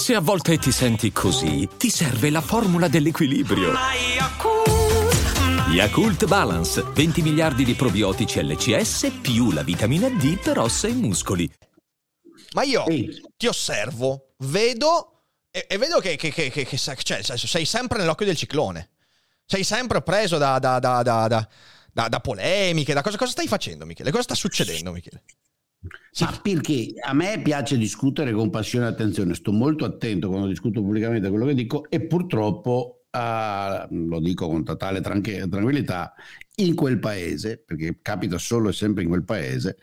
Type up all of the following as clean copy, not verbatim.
Se a volte ti senti così, ti serve la formula dell'equilibrio. Yakult Balance, 20 miliardi di probiotici LCS più la vitamina D per ossa e muscoli. Ma io ti osservo, vedo e vedo che cioè, sei sempre nell'occhio del ciclone. Sei sempre preso da polemiche, da cosa stai facendo, Michele? Cosa sta succedendo, Michele? Ma perché a me piace discutere con passione e attenzione, sto molto attento quando discuto pubblicamente a quello che dico e purtroppo, lo dico con totale tranquillità, in quel paese, perché capita solo e sempre in quel paese,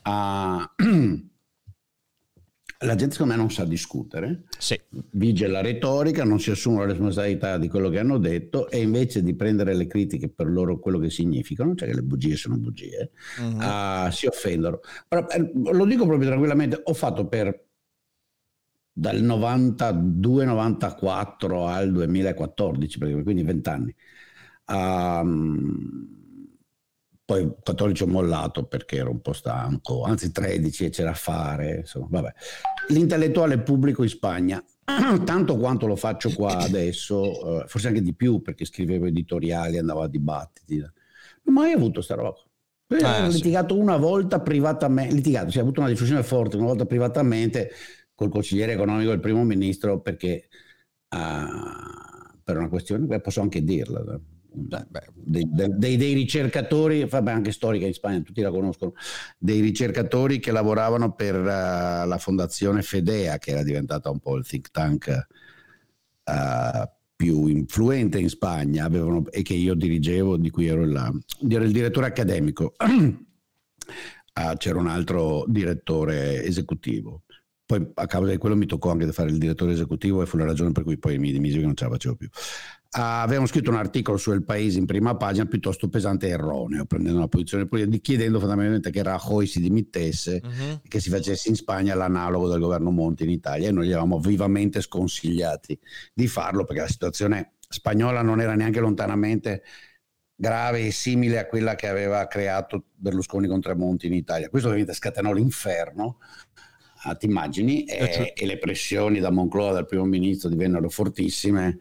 la gente secondo me non sa discutere, sì. Vige la retorica, non si assumono la responsabilità di quello che hanno detto e invece di prendere le critiche per loro quello che significano, cioè che le bugie sono bugie, si offendono. Però, lo dico proprio tranquillamente, ho fatto dal 92-94 al 2014, quindi 20 anni. Poi 14 ho mollato perché ero un po' stanco, anzi 13 e c'era a fare, insomma, vabbè. L'intellettuale pubblico in Spagna, tanto quanto lo faccio qua adesso, forse anche di più perché scrivevo editoriali, andavo a dibattiti, non ho mai avuto sta roba. Ho litigato una volta privatamente, ha avuto una discussione forte una volta privatamente col consigliere economico del primo ministro perché per una questione, posso anche dirla, dei ricercatori, anche storica in Spagna, tutti la conoscono, dei ricercatori che lavoravano per la fondazione Fedea, che era diventata un po' il think tank più influente in Spagna, e che io dirigevo, di cui ero il direttore accademico. C'era un altro direttore esecutivo. Poi a causa di quello mi toccò anche di fare il direttore esecutivo e fu la ragione per cui poi mi dimisi che non ce la facevo più. Avevamo scritto un articolo su El País in prima pagina piuttosto pesante e erroneo, prendendo una posizione politica, chiedendo fondamentalmente che Rajoy si dimettesse e che si facesse in Spagna l'analogo del governo Monti in Italia, e noi gli avevamo vivamente sconsigliati di farlo perché la situazione spagnola non era neanche lontanamente grave e simile a quella che aveva creato Berlusconi con Tremonti in Italia. Questo ovviamente scatenò l'inferno, ti immagini, e le pressioni da Moncloa, dal primo ministro, divennero fortissime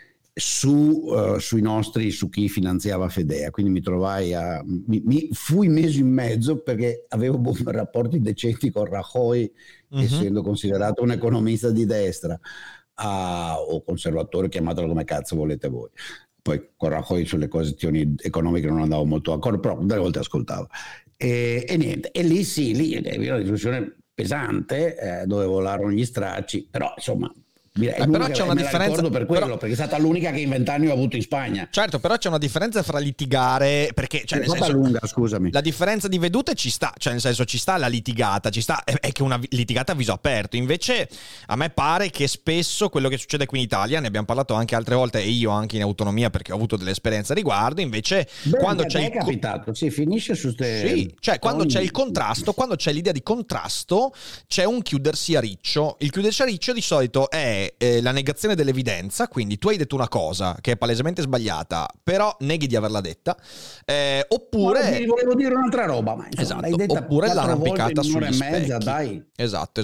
su chi finanziava Fedea. Quindi mi trovai fui messo in mezzo perché avevo rapporti decenti con Rajoy, essendo considerato un economista di destra o conservatore, chiamatelo come cazzo volete voi. Poi con Rajoy sulle questioni economiche non andavo molto d'accordo, però delle volte ascoltavo e niente, e lì era una discussione pesante, dove volarono gli stracci, però insomma però c'è una differenza per quello, perché è stata l'unica che in 20 anni ho avuto in Spagna. Certo, però c'è una differenza fra litigare, perché cioè, nel senso, lunga, scusami. La differenza di vedute ci sta, cioè nel senso ci sta la litigata, ci sta, è che una litigata a viso aperto. Invece a me pare che spesso quello che succede qui in Italia, ne abbiamo parlato anche altre volte e io anche in autonomia perché ho avuto delle esperienze a riguardo, invece quando c'è capitato, si finisce su cioè quando c'è il contrasto, quando c'è l'idea di contrasto, c'è un chiudersi a riccio. Il chiudersi a riccio di solito è la negazione dell'evidenza, quindi tu hai detto una cosa che è palesemente sbagliata, però neghi di averla detta, oppure volevo dire un'altra roba, ma insomma, esatto, l'hai detta oppure l'arrampicata sugli mezza, specchi. dai. Esatto.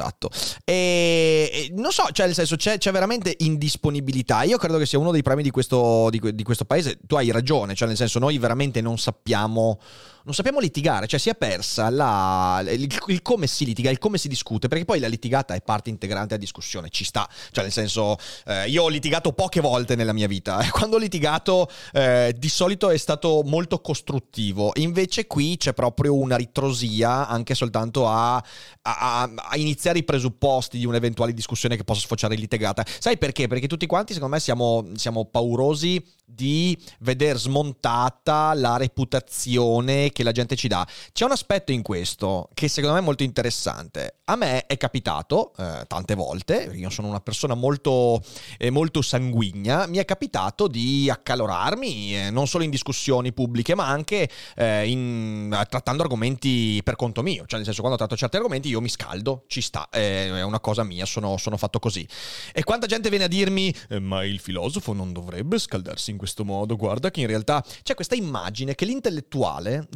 E non so, cioè nel senso c'è veramente indisponibilità. Io credo che sia uno dei problemi di questo paese. Tu hai ragione, cioè nel senso noi veramente non sappiamo litigare, cioè si è persa il come si litiga, il come si discute, perché poi la litigata è parte integrante della discussione, ci sta, cioè nel senso io ho litigato poche volte nella mia vita e quando ho litigato di solito è stato molto costruttivo, invece qui c'è proprio una ritrosia anche soltanto a iniziare i presupposti di un'eventuale discussione che possa sfociare in litigata. Sai perché? Perché tutti quanti secondo me siamo paurosi di veder smontata la reputazione che la gente ci dà. C'è un aspetto in questo che secondo me è molto interessante. A me è capitato tante volte, io sono una persona molto sanguigna, mi è capitato di accalorarmi non solo in discussioni pubbliche ma anche trattando argomenti per conto mio, cioè nel senso quando tratto certi argomenti io mi scaldo, ci sta, è una cosa mia, sono fatto così. E quanta gente viene a dirmi ma il filosofo non dovrebbe scaldarsi in questo modo, guarda che in realtà c'è questa immagine che l'intellettuale dovrebbe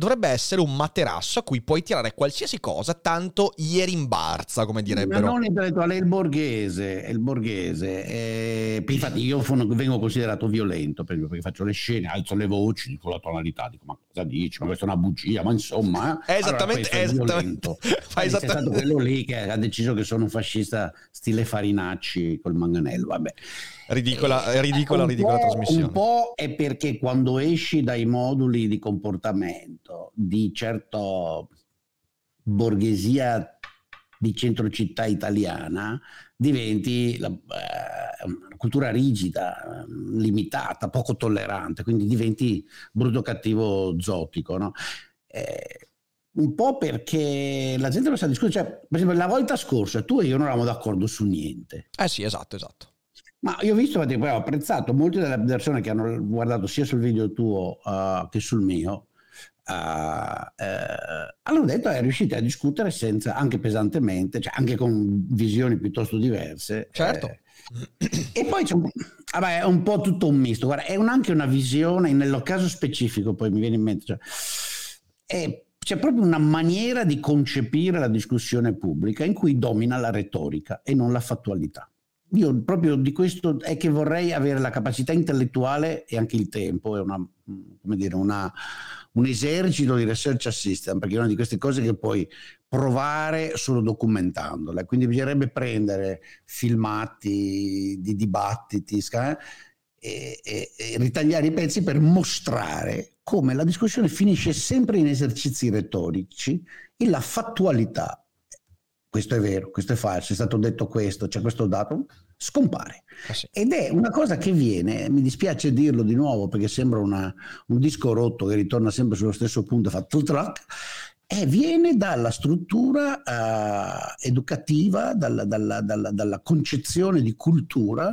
dovrebbe essere un materasso a cui puoi tirare qualsiasi cosa, tanto gli rimbarza, come direbbero. Ma non intellettuale, è il borghese, infatti io vengo considerato violento, perché faccio le scene, alzo le voci, dico la tonalità, dico ma cosa dici, ma questa è una bugia, ma insomma... È esattamente, È stato quello lì che ha deciso che sono un fascista stile Farinacci col manganello, vabbè. Ridicola trasmissione. Un po' è perché quando esci dai moduli di comportamento di certo borghesia di centrocittà italiana, diventi una cultura rigida, limitata, poco tollerante, quindi diventi brutto cattivo zotico, no? Un po' perché la gente non sa discutere, cioè, per esempio la volta scorsa tu e io non eravamo d'accordo su niente. Sì, esatto. Ma io ho visto, ho apprezzato molte delle persone che hanno guardato sia sul video tuo che sul mio, hanno detto è riusciti a discutere senza, anche pesantemente, cioè anche con visioni piuttosto diverse. Certo. E poi c'è è un po' tutto un misto. Guarda, è anche una visione, nel caso specifico, poi mi viene in mente, c'è proprio una maniera di concepire la discussione pubblica in cui domina la retorica e non la fattualità. Io proprio di questo è che vorrei avere la capacità intellettuale e anche il tempo, è un esercito di research assistant, perché è una di queste cose che puoi provare solo documentandole, quindi bisognerebbe prendere filmati di dibattiti e ritagliare i pezzi per mostrare come la discussione finisce sempre in esercizi retorici e la fattualità, questo è vero, questo è falso, è stato detto questo, c'è questo dato, scompare. Sì. Ed è una cosa che viene, mi dispiace dirlo di nuovo perché sembra un disco rotto che ritorna sempre sullo stesso punto e fa tutrak, viene dalla struttura educativa, dalla concezione di cultura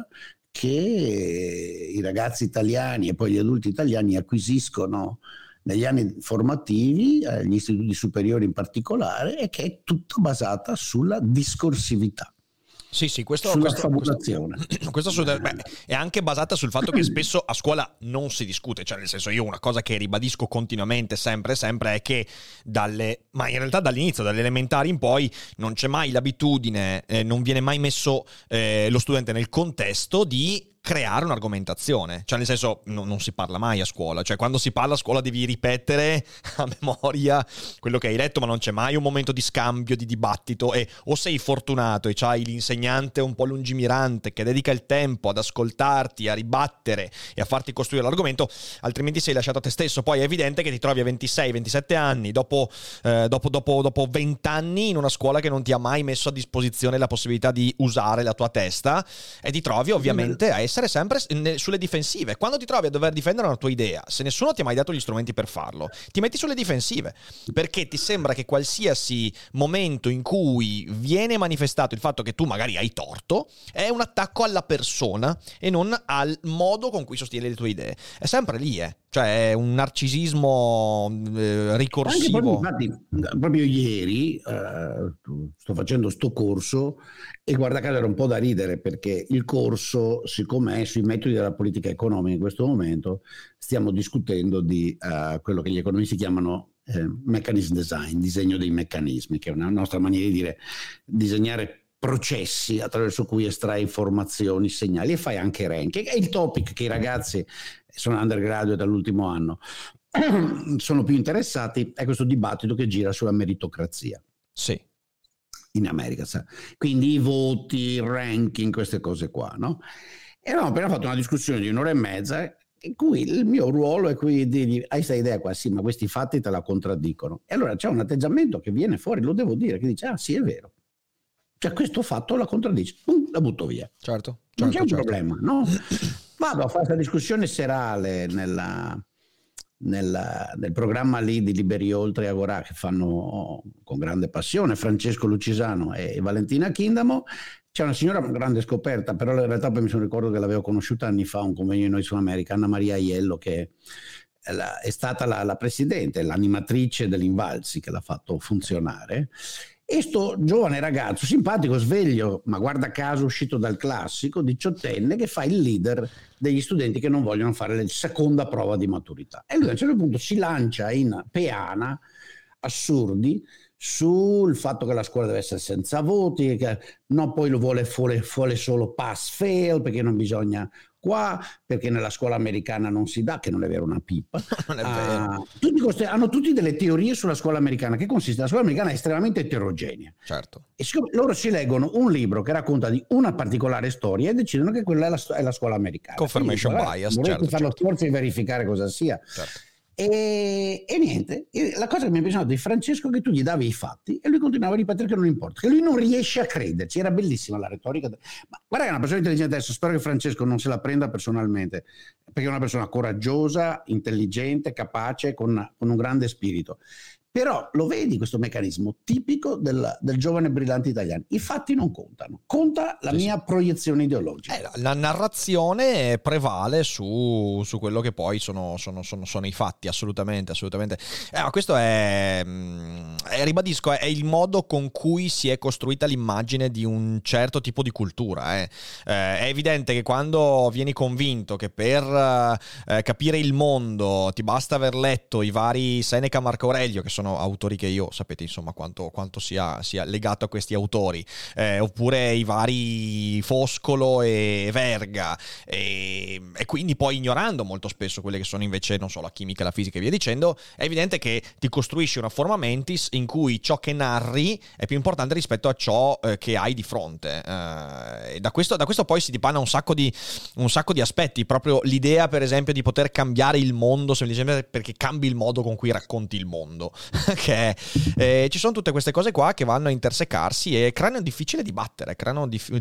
che i ragazzi italiani e poi gli adulti italiani acquisiscono negli anni formativi, agli istituti superiori in particolare, e che è tutta basata sulla discorsività. Sì, sulla fabulazione. Questo è anche basata sul fatto che spesso a scuola non si discute, cioè nel senso, io una cosa che ribadisco continuamente sempre è che ma in realtà dall'inizio, dalle elementari in poi, non c'è mai l'abitudine, non viene mai messo lo studente nel contesto di creare un'argomentazione, cioè nel senso non si parla mai a scuola, cioè quando si parla a scuola devi ripetere a memoria quello che hai detto, ma non c'è mai un momento di scambio, di dibattito, e o sei fortunato e c'hai l'insegnante un po' lungimirante che dedica il tempo ad ascoltarti, a ribattere e a farti costruire l'argomento, altrimenti sei lasciato a te stesso. Poi è evidente che ti trovi a 26-27 anni, dopo 20 anni in una scuola che non ti ha mai messo a disposizione la possibilità di usare la tua testa, e ti trovi ovviamente a essere sempre sulle difensive. Quando ti trovi a dover difendere una tua idea, se nessuno ti ha mai dato gli strumenti per farlo, ti metti sulle difensive, perché ti sembra che qualsiasi momento in cui viene manifestato il fatto che tu magari hai torto è un attacco alla persona e non al modo con cui sostieni le tue idee. È sempre lì, cioè è un narcisismo ricorsivo. Proprio ieri sto facendo sto corso e guarda caso era un po' da ridere, perché il corso, siccome è sui metodi della politica economica, in questo momento stiamo discutendo di quello che gli economisti chiamano mechanism design, disegno dei meccanismi, che è una nostra maniera di dire disegnare processi attraverso cui estrai informazioni, segnali e fai anche ranking. È il topic che i ragazzi, sono undergraduate dall'ultimo anno, sono più interessati, è questo dibattito che gira sulla meritocrazia. Sì. In America, quindi i voti, il ranking, queste cose qua, no? E abbiamo appena fatto una discussione di un'ora e mezza in cui il mio ruolo è qui di dire: hai questa idea qua? Sì, ma questi fatti te la contraddicono. E allora c'è un atteggiamento che viene fuori, lo devo dire, che dice: ah sì, è vero, cioè questo fatto la contraddice, la butto via. Certo. Non c'è un problema, no? Vado a fare questa discussione serale nel programma lì di Liberi Oltre Agorà, che fanno con grande passione Francesco Lucisano e Valentina Chindamo. C'è una signora, grande scoperta, però in realtà poi mi sono ricordato che l'avevo conosciuta anni fa a un convegno di Noi su America, Anna Maria Aiello, che è stata la presidente, l'animatrice dell'Invalsi che l'ha fatto funzionare, E sto giovane ragazzo simpatico, sveglio, ma guarda caso uscito dal classico, 18enne, che fa il leader degli studenti che non vogliono fare la seconda prova di maturità. E lui a un certo punto si lancia in peana assurdi sul fatto che la scuola deve essere senza voti, che no, poi lo vuole solo pass fail, perché non bisogna qua, perché nella scuola americana non si dà, che non è vero una pippa. Non è vero. Hanno tutti delle teorie sulla scuola americana, che consiste, la scuola americana è estremamente eterogenea. Certo. E siccome loro si leggono un libro che racconta di una particolare storia e decidono che quella è la scuola americana. Confirmation quindi, bias, vorrei fare lo certo. sforzo di verificare cosa sia. Certo. E niente, la cosa che mi è piaciuta di Francesco è che tu gli davi i fatti e lui continuava a ripetere che non importa, che lui non riesce a crederci. Era bellissima la retorica. Ma guarda che è una persona intelligente. Adesso spero che Francesco non se la prenda personalmente, perché è una persona coraggiosa, intelligente, capace, con un grande spirito. Però lo vedi questo meccanismo tipico del giovane brillante italiano. I fatti non contano, conta la mia proiezione ideologica. La narrazione prevale su quello che poi sono i fatti, assolutamente. Ma questo ribadisco, è il modo con cui si è costruita l'immagine di un certo tipo di cultura. È evidente che quando vieni convinto che per capire il mondo ti basta aver letto i vari Seneca, Marco Aurelio, che sono autori che io sapete insomma quanto sia legato a questi autori, oppure i vari Foscolo e Verga, e quindi poi ignorando molto spesso quelle che sono invece non so la chimica, la fisica e via dicendo, è evidente che ti costruisci una forma mentis in cui ciò che narri è più importante rispetto a ciò che hai di fronte, e da questo poi si dipana un sacco di aspetti, proprio l'idea per esempio di poter cambiare il mondo semplicemente perché cambi il modo con cui racconti il mondo. Che ci sono tutte queste cose qua che vanno a intersecarsi e creano difficile dibattere, creano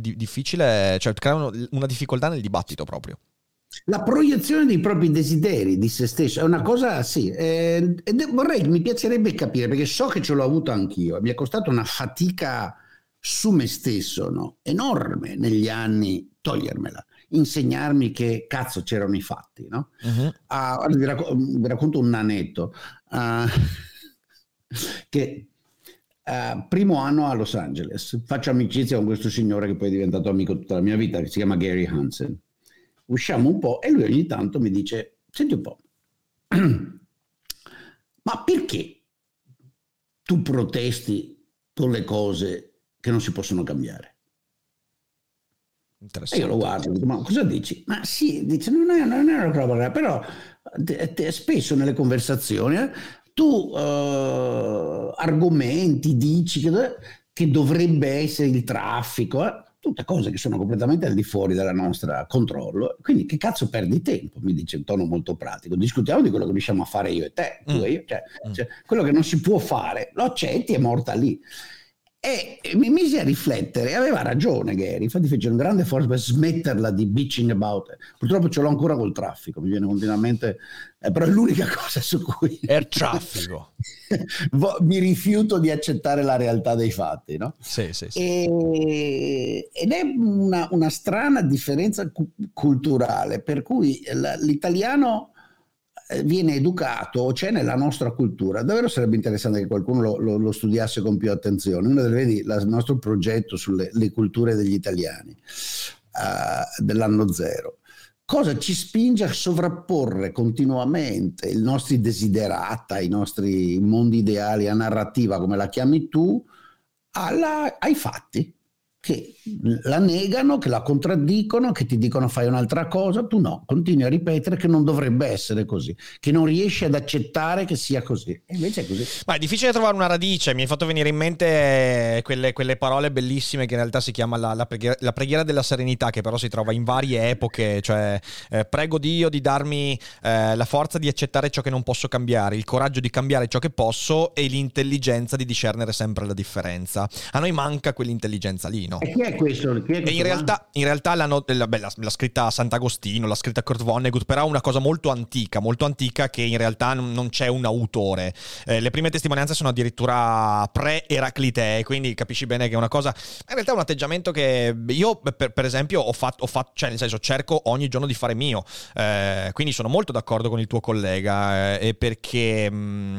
una difficoltà nel dibattito proprio. La proiezione dei propri desideri di se stesso è una cosa, sì, mi piacerebbe capire, perché so che ce l'ho avuto anch'io, mi è costato una fatica su me stesso, no? Enorme negli anni togliermela, insegnarmi che cazzo c'erano i fatti, no? Uh-huh. Vi racconto un aneddoto. Che primo anno a Los Angeles faccio amicizia con questo signore che poi è diventato amico tutta la mia vita, che si chiama Gary Hansen. Usciamo un po' e lui ogni tanto mi dice: senti un po', ma perché tu protesti con le cose che non si possono cambiare? E io lo guardo e dico: ma cosa dici? Ma sì, dice, non è una roba, però spesso nelle conversazioni tu argomenti, dici che dovrebbe essere il traffico, tutte cose che sono completamente al di fuori della nostra controllo, quindi che cazzo perdi tempo, mi dice in tono molto pratico, discutiamo di quello che riusciamo a fare io e te, tu e io, cioè, quello che non si può fare, lo accetti, è morta lì. E mi mise a riflettere, aveva ragione Gary, infatti fece un grande forza per smetterla di bitching about it. Purtroppo ce l'ho ancora col traffico, mi viene continuamente, però è l'unica cosa su cui è il traffico. Mi rifiuto di accettare la realtà dei fatti, no? Sì. Ed è una strana differenza culturale, per cui l'italiano viene educato o c'è nella nostra cultura. Davvero sarebbe interessante che qualcuno lo studiasse con più attenzione. Uno vedi il nostro progetto sulle culture degli italiani dell'anno zero. Cosa ci spinge a sovrapporre continuamente i nostri desiderata, i nostri mondi ideali, a narrativa come la chiami tu, ai fatti, che la negano, che la contraddicono, che ti dicono fai un'altra cosa, tu no, continui a ripetere che non dovrebbe essere così, che non riesci ad accettare che sia così, e invece è così. Ma è difficile trovare una radice. Mi hai fatto venire in mente quelle parole bellissime che in realtà si chiama la preghiera della serenità, che però si trova in varie epoche, cioè prego Dio di darmi la forza di accettare ciò che non posso cambiare, il coraggio di cambiare ciò che posso e l'intelligenza di discernere sempre la differenza. A noi manca quell'intelligenza lì, no? Calvino. E chi è questo? E in realtà l'ha scritta Sant'Agostino, l'ha scritta Kurt Vonnegut, però è una cosa molto antica che in realtà non c'è un autore. Le prime testimonianze sono addirittura pre-eraclitee, quindi capisci bene che è una cosa, in realtà è un atteggiamento che io per esempio ho fatto, cioè nel senso cerco ogni giorno di fare mio, quindi sono molto d'accordo con il tuo collega, perché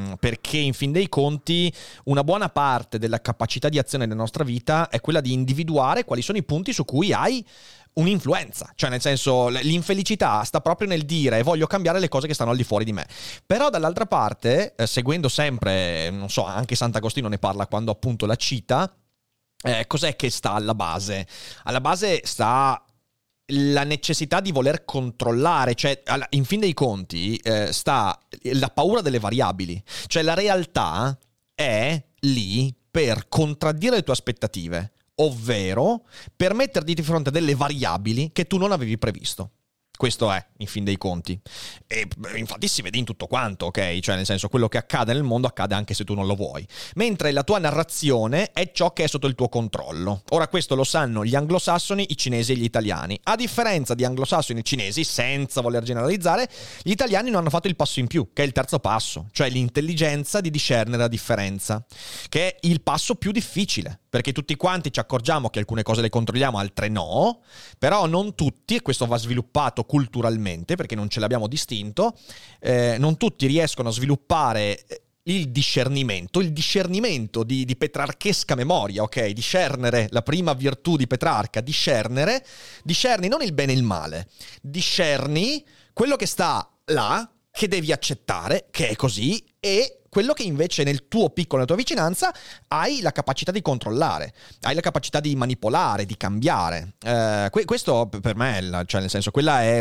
in fin dei conti una buona parte della capacità di azione nella nostra vita è quella di individuare quali sono i punti su cui hai un'influenza, cioè nel senso l'infelicità sta proprio nel dire voglio cambiare le cose che stanno al di fuori di me. Però dall'altra parte, seguendo sempre, non so, anche Sant'Agostino ne parla quando appunto la cita, cos'è che sta alla base? Alla base sta la necessità di voler controllare, cioè in fin dei conti sta la paura delle variabili, cioè la realtà è lì per contraddire le tue aspettative, ovvero per metterti di fronte a delle variabili che tu non avevi previsto. Questo è, in fin dei conti. E infatti si vede in tutto quanto, ok? Cioè, nel senso, quello che accade nel mondo accade anche se tu non lo vuoi. Mentre la tua narrazione è ciò che è sotto il tuo controllo. Ora, questo lo sanno gli anglosassoni, i cinesi e gli italiani. A differenza di anglosassoni e cinesi, senza voler generalizzare, gli italiani non hanno fatto il passo in più, che è il terzo passo, cioè l'intelligenza di discernere la differenza, che è il passo più difficile. Perché tutti quanti ci accorgiamo che alcune cose le controlliamo, altre no, però non tutti, e questo va sviluppato culturalmente perché non ce l'abbiamo distinto, non tutti riescono a sviluppare il discernimento di petrarchesca memoria, ok? Discernere, la prima virtù di Petrarca, discerni non il bene e il male, discerni quello che sta là, che devi accettare, che è così, e quello che invece nel tuo piccolo, nella tua vicinanza, hai la capacità di controllare, hai la capacità di manipolare, di cambiare. Questo per me, cioè nel senso, quella è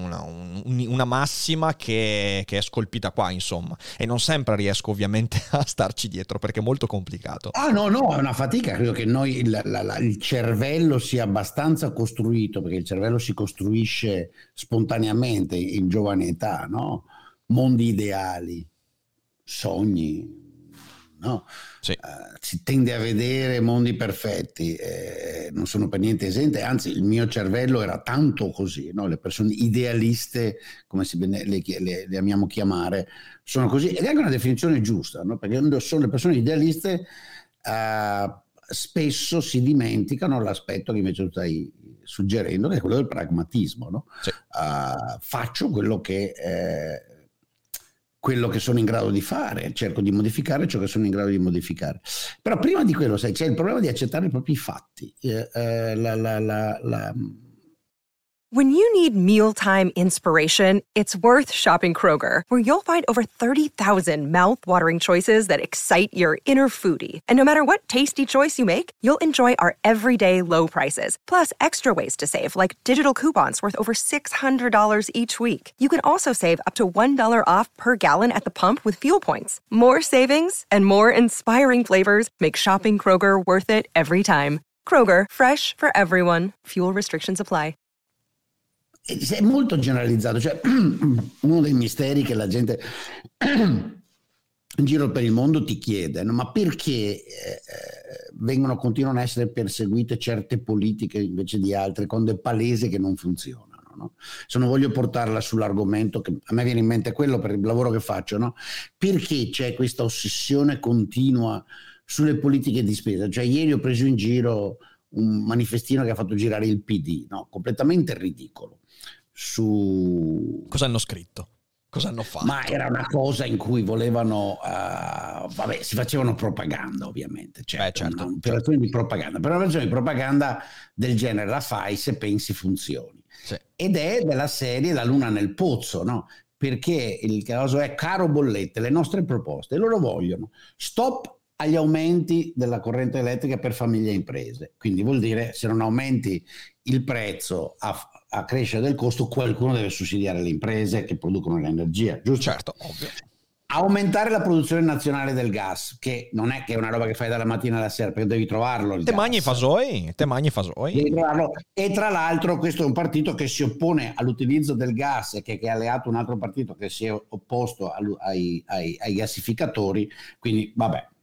una massima che è scolpita qua, insomma, e non sempre riesco ovviamente a starci dietro perché è molto complicato. No, è una fatica. Credo che noi il cervello sia abbastanza costruito, perché il cervello si costruisce spontaneamente in giovane età, no? Mondi ideali, sogni, no? Sì. Si tende a vedere mondi perfetti, non sono per niente esente, anzi il mio cervello era tanto così, no? Le persone idealiste, come le amiamo chiamare, sono così, ed è anche una definizione giusta, no? Perché quando sono le persone idealiste spesso si dimenticano l'aspetto che invece tu stai suggerendo, che è quello del pragmatismo, no? Sì. Faccio quello che sono in grado di fare, cerco di modificare ciò che sono in grado di modificare. Però prima di quello, sai, c'è il problema di accettare i propri fatti. When you need mealtime inspiration, it's worth shopping Kroger, where you'll find over 30,000 mouth-watering choices that excite your inner foodie. And no matter what tasty choice you make, you'll enjoy our everyday low prices, plus extra ways to save, like digital coupons worth over $600 each week. You can also save up to $1 off per gallon at the pump with fuel points. More savings and more inspiring flavors make shopping Kroger worth it every time. Kroger, fresh for everyone. Fuel restrictions apply. È molto generalizzato, cioè uno dei misteri che la gente in giro per il mondo ti chiede, no? Ma perché continuano a essere perseguite certe politiche invece di altre, quando è palese che non funzionano, no? Se non voglio portarla sull'argomento, che a me viene in mente quello per il lavoro che faccio, no? Perché c'è questa ossessione continua sulle politiche di spesa? Cioè ieri ho preso in giro un manifestino che ha fatto girare il PD, no? Completamente ridicolo. Cosa hanno scritto? Cosa hanno fatto? Ma era una cosa in cui volevano si facevano propaganda, ovviamente, certo. Un'operazione di propaganda, però un'operazione di propaganda del genere la fai se pensi funzioni. Sì. Ed è della serie La luna nel pozzo, no? Perché il caso è: caro bollette, le nostre proposte, loro vogliono stop agli aumenti della corrente elettrica per famiglie e imprese. Quindi vuol dire, se non aumenti il prezzo a crescere del costo, qualcuno deve sussidiare le imprese che producono l'energia, giusto? Certo, ovvio. Aumentare la produzione nazionale del gas, che non è che è una roba che fai dalla mattina alla sera, perché devi trovarlo. Te mangi i fasoi. Devi trovarlo. E tra l'altro questo è un partito che si oppone all'utilizzo del gas e che ha alleato un altro partito che si è opposto ai gassificatori, quindi vabbè.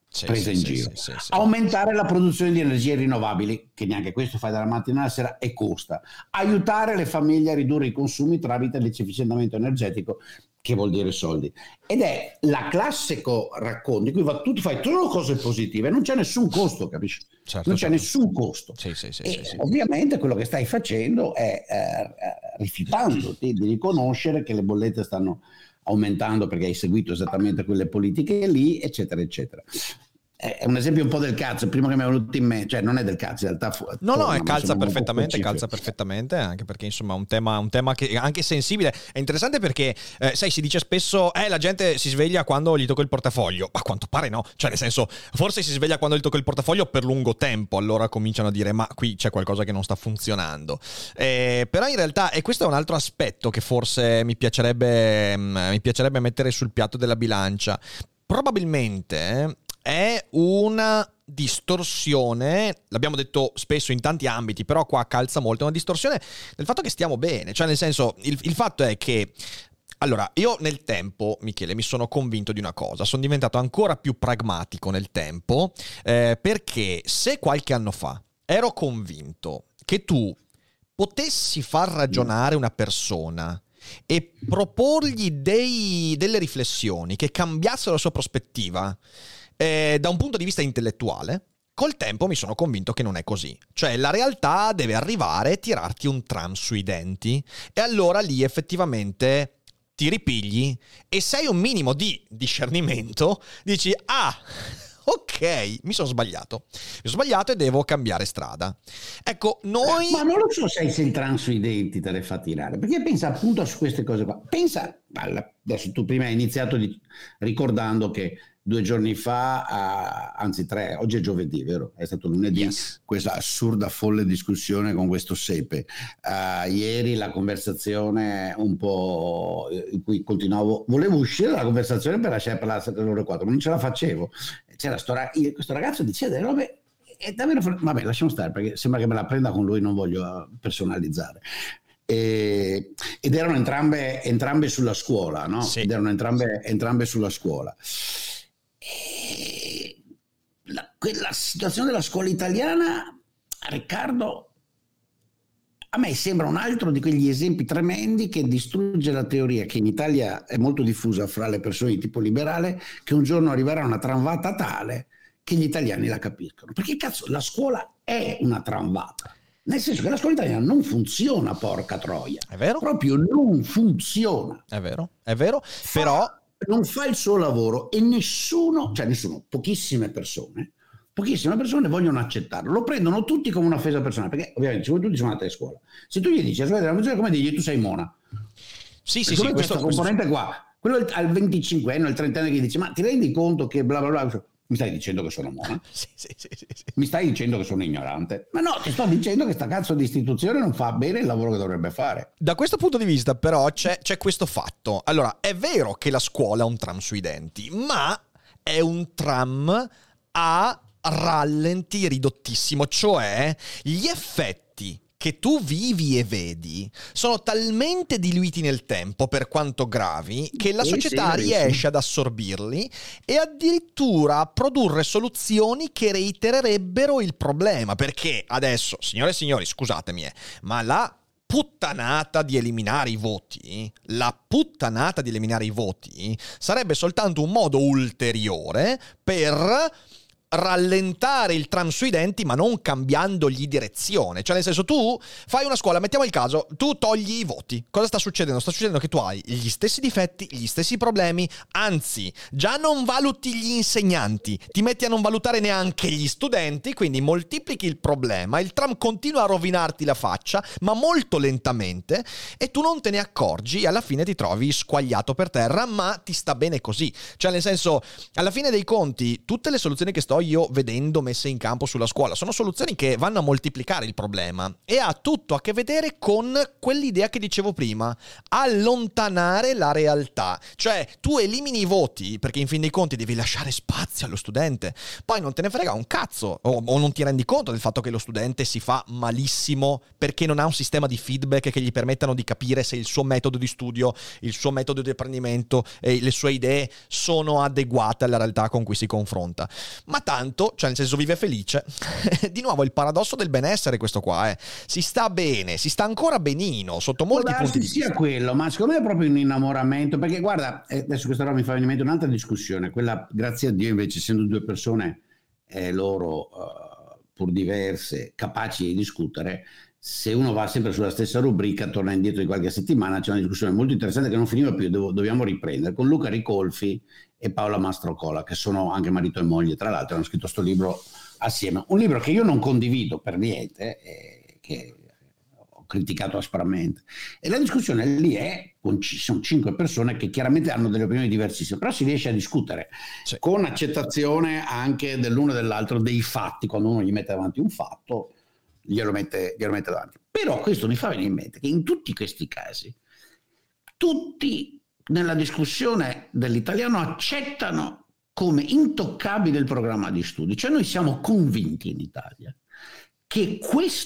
presa in giro. Aumentare la produzione di energie rinnovabili, che neanche questo fai dalla mattina alla sera e costa. Aiutare le famiglie a ridurre i consumi tramite l'efficientamento energetico, che vuol dire soldi. Ed è la classico racconto in cui tu fai tutte cose positive, non c'è nessun costo, capisci? Certo, non c'è nessun costo. Sì. Ovviamente quello che stai facendo è rifiutandoti di riconoscere che le bollette stanno aumentando perché hai seguito esattamente quelle politiche lì, eccetera, eccetera. È un esempio un po' del cazzo, prima che mi è venuto in mente, cioè non è del cazzo, in realtà calza perfettamente, anche perché insomma un tema che è anche sensibile, è interessante perché sai, si dice spesso la gente si sveglia quando gli tocca il portafoglio, ma a quanto pare no, cioè nel senso, forse si sveglia quando gli tocca il portafoglio per lungo tempo, allora cominciano a dire ma qui c'è qualcosa che non sta funzionando, però in realtà, e questo è un altro aspetto che forse mi piacerebbe mettere sul piatto della bilancia, probabilmente è una distorsione, l'abbiamo detto spesso in tanti ambiti, però qua calza molto, è una distorsione del fatto che stiamo bene, cioè nel senso, il fatto è che, allora, io nel tempo, Michele, mi sono convinto di una cosa, sono diventato ancora più pragmatico nel tempo, perché se qualche anno fa ero convinto che tu potessi far ragionare una persona e proporgli delle riflessioni che cambiassero la sua prospettiva, da un punto di vista intellettuale, col tempo mi sono convinto che non è così. Cioè la realtà deve arrivare e tirarti un tram sui denti, e allora lì effettivamente ti ripigli e se hai un minimo di discernimento dici ok, mi sono sbagliato e devo cambiare strada. Ecco, noi... Ma non lo so se il tram sui denti te le fa tirare, perché pensa appunto su queste cose qua. Pensa, adesso tu prima hai iniziato ricordando che 2 giorni fa, anzi 3, oggi è giovedì, vero? È stato lunedì, yes. Questa assurda folle discussione con questo Sepe. Ieri la conversazione un po' in cui volevo uscire dalla conversazione per lasciare parlare alle 7:04, ma non ce la facevo. C'era questo ragazzo diceva delle robe, e davvero, vabbè, lasciamo stare perché sembra che me la prenda con lui, non voglio personalizzare. Ed erano entrambe sulla scuola, no? Sì. Ed erano entrambe sulla scuola. Quella situazione della scuola italiana, Riccardo, a me sembra un altro di quegli esempi tremendi che distrugge la teoria che in Italia è molto diffusa fra le persone di tipo liberale, che un giorno arriverà una tramvata tale che gli italiani la capiscono. Perché cazzo, la scuola è una tramvata, nel senso che la scuola italiana non funziona, porca troia. È vero? Proprio non funziona. È vero, però... Non fa il suo lavoro e pochissime persone vogliono accettarlo, lo prendono tutti come un'offesa personale, perché ovviamente se voi tutti sono andati a scuola, se tu gli dici come digli tu sei mona, sì, questo componente qua, quello al 25enne, al 30enne che dice ma ti rendi conto che bla bla bla, mi stai dicendo che sono mona? Sì. Mi stai dicendo che sono ignorante? Ma no, ti sto dicendo che sta cazzo di istituzione non fa bene il lavoro che dovrebbe fare. Da questo punto di vista però c'è questo fatto. Allora, è vero che la scuola è un tram sui denti, ma è un tram a rallenti ridottissimo, cioè gli effetti che tu vivi e vedi sono talmente diluiti nel tempo, per quanto gravi, che la società riesce ad assorbirli e addirittura a produrre soluzioni che reitererebbero il problema. Perché adesso, signore e signori, scusatemi, ma la puttanata di eliminare i voti sarebbe soltanto un modo ulteriore per rallentare il tram sui denti, ma non cambiandogli direzione. Cioè nel senso, tu fai una scuola, mettiamo il caso, tu togli i voti, cosa sta succedendo? Sta succedendo che tu hai gli stessi difetti, gli stessi problemi, anzi già non valuti gli insegnanti, ti metti a non valutare neanche gli studenti, quindi moltiplichi il problema, il tram continua a rovinarti la faccia, ma molto lentamente, e tu non te ne accorgi e alla fine ti trovi squagliato per terra, ma ti sta bene così. Cioè nel senso, alla fine dei conti, tutte le soluzioni che sto sto io vedendo messe in campo sulla scuola. Sono soluzioni che vanno a moltiplicare il problema e ha tutto a che vedere con quell'idea che dicevo prima, allontanare la realtà. Cioè, tu elimini i voti perché in fin dei conti devi lasciare spazio allo studente, poi non te ne frega un cazzo o non ti rendi conto del fatto che lo studente si fa malissimo perché non ha un sistema di feedback che gli permettano di capire se il suo metodo di studio, il suo metodo di apprendimento e le sue idee sono adeguate alla realtà con cui si confronta. Ma tanto, cioè nel senso, vive felice. Di nuovo il paradosso del benessere, questo qua, si sta bene, si sta ancora benino sotto molti punti di vista. Sia quello, ma secondo me è proprio un innamoramento, perché guarda, adesso questa roba mi fa venire in mente un'altra discussione, quella, grazie a Dio, invece, essendo due persone loro pur diverse, capaci di discutere, se uno va sempre sulla stessa rubrica, torna indietro di qualche settimana, c'è una discussione molto interessante che non finiva più, dobbiamo riprendere, con Luca Ricolfi e Paola Mastrocola, che sono anche marito e moglie, tra l'altro hanno scritto questo libro assieme, un libro che io non condivido per niente, che ho criticato aspramente, e la discussione lì sono 5 persone che chiaramente hanno delle opinioni diversissime, però si riesce a discutere con accettazione anche dell'uno e dell'altro dei fatti. Quando uno gli mette davanti un fatto, glielo mette davanti. Però questo mi fa venire in mente che in tutti questi casi tutti nella discussione dell'italiano accettano come intoccabile il programma di studi, cioè noi siamo convinti in Italia che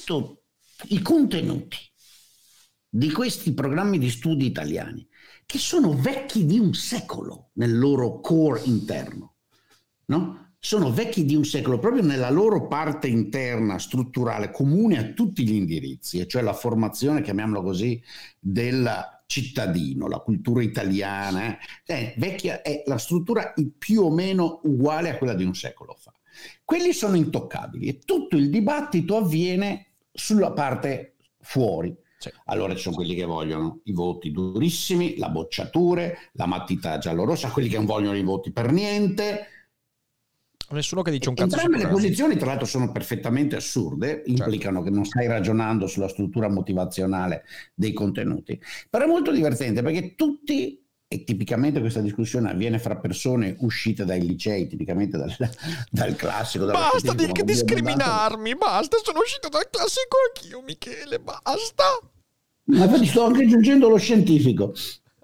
i contenuti di questi programmi di studi italiani, che sono vecchi di un secolo nel loro core interno, no? Sono vecchi di un secolo proprio nella loro parte interna strutturale comune a tutti gli indirizzi, e cioè la formazione, chiamiamolo così, del cittadino, la cultura italiana, vecchia, è la struttura più o meno uguale a quella di un secolo fa. Quelli sono intoccabili e tutto il dibattito avviene sulla parte fuori. Allora ci sono quelli che vogliono i voti durissimi, la bocciature, la matita giallorossa, quelli che non vogliono i voti per niente. Nessuno che dice un cazzo. Entrambe le posizioni, tra l'altro, sono perfettamente assurde, implicano che non stai ragionando sulla struttura motivazionale dei contenuti. Però è molto divertente perché tutti, e tipicamente questa discussione avviene fra persone uscite dai licei, tipicamente dal classico. Basta di discriminarmi, basta, sono uscito dal classico anch'io, Michele, basta. Ma infatti sto anche aggiungendo lo scientifico.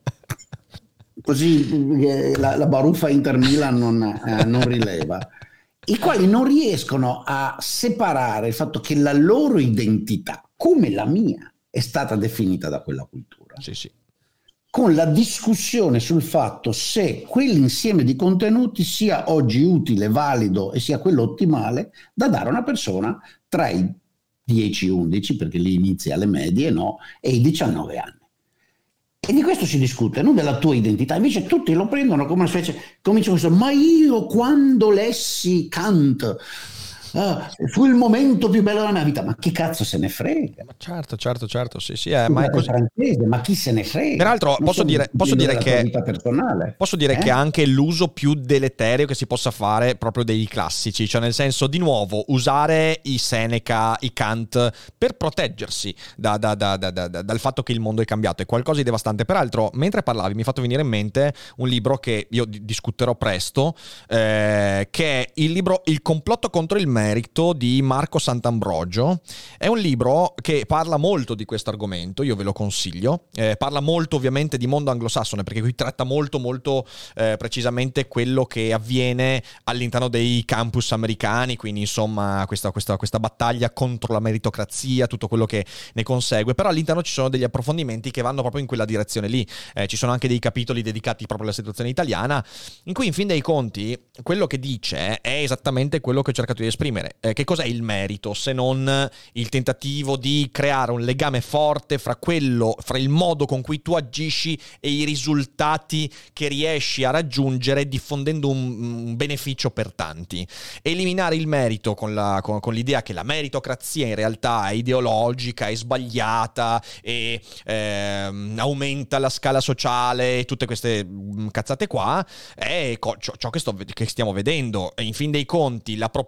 Così la baruffa Inter Milan non rileva, i quali non riescono a separare il fatto che la loro identità, come la mia, è stata definita da quella cultura. Sì. Con la discussione sul fatto se quell'insieme di contenuti sia oggi utile, valido e sia quello ottimale da dare a una persona tra i 10-11, perché lì inizia alle medie, no, e i 19 anni. E di questo si discute, non della tua identità. Invece tutti lo prendono come una specie, comincia questo, ma io quando lessi Kant fu il momento più bello della mia vita. Ma che cazzo se ne frega? Ma certo, sì, ma è così. Francese, ma chi se ne frega? Peraltro posso dire che vita personale. Posso dire che anche l'uso più deleterio che si possa fare proprio dei classici, cioè nel senso, di nuovo, usare i Seneca, i Kant per proteggersi dal fatto che il mondo è cambiato, è qualcosa di devastante. Peraltro, mentre parlavi mi è fatto venire in mente un libro che io discuterò presto, che è il libro Il complotto contro il merito di Marco Sant'Ambrogio. È un libro che parla molto di questo argomento, io ve lo consiglio, parla molto ovviamente di mondo anglosassone, perché qui tratta molto precisamente quello che avviene all'interno dei campus americani, quindi insomma questa battaglia contro la meritocrazia, tutto quello che ne consegue, però all'interno ci sono degli approfondimenti che vanno proprio in quella direzione lì. Ci sono anche dei capitoli dedicati proprio alla situazione italiana, in cui in fin dei conti quello che dice è esattamente quello che ho cercato di esprimere. Che cos'è il merito se non il tentativo di creare un legame forte fra il modo con cui tu agisci e i risultati che riesci a raggiungere, diffondendo un beneficio per tanti. Eliminare il merito con l'idea che la meritocrazia in realtà è ideologica, è sbagliata e aumenta la scala sociale e tutte queste cazzate qua è ciò che stiamo vedendo. E in fin dei conti la proposta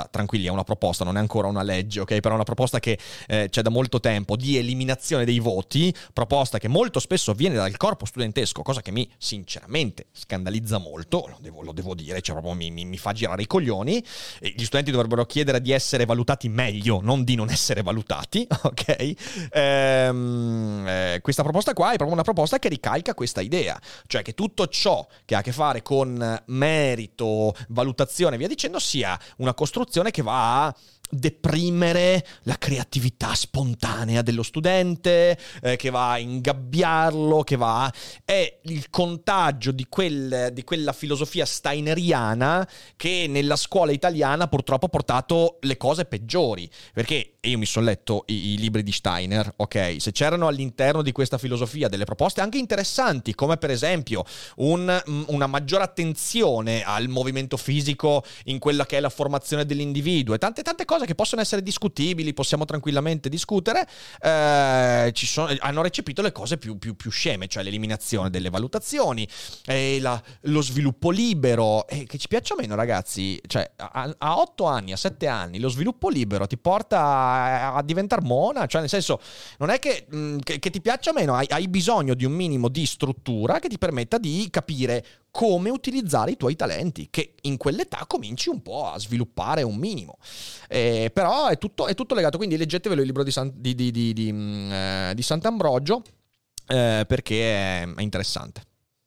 proposta, tranquilli, è una proposta, non è ancora una legge, ok? Però è una proposta che c'è da molto tempo, di eliminazione dei voti, proposta che molto spesso viene dal corpo studentesco, cosa che mi sinceramente scandalizza molto, lo devo dire, cioè proprio mi fa girare i coglioni. E gli studenti dovrebbero chiedere di essere valutati meglio, non di non essere valutati, ok? Questa proposta qua è proprio una proposta che ricalca questa idea, cioè che tutto ciò che ha a che fare con merito, valutazione e via dicendo sia una costruzione che va a deprimere la creatività spontanea dello studente, che va a ingabbiarlo, è il contagio di quella filosofia steineriana che nella scuola italiana purtroppo ha portato le cose peggiori, perché io mi sono letto i libri di Steiner, ok, se c'erano all'interno di questa filosofia delle proposte anche interessanti, come per esempio una maggiore attenzione al movimento fisico in quella che è la formazione dell'individuo e tante cose che possono essere discutibili, possiamo tranquillamente discutere, hanno recepito le cose più sceme, cioè l'eliminazione delle valutazioni, lo sviluppo libero, che ci piaccia o meno, ragazzi, cioè a 8 anni, a 7 anni, lo sviluppo libero ti porta a diventare mona, cioè nel senso, non è che ti piaccia o meno, hai bisogno di un minimo di struttura che ti permetta di capire come utilizzare i tuoi talenti, che in quell'età cominci un po' a sviluppare un minimo. Però è tutto legato, quindi leggetevelo il libro di Sant'Ambrogio, perché è interessante.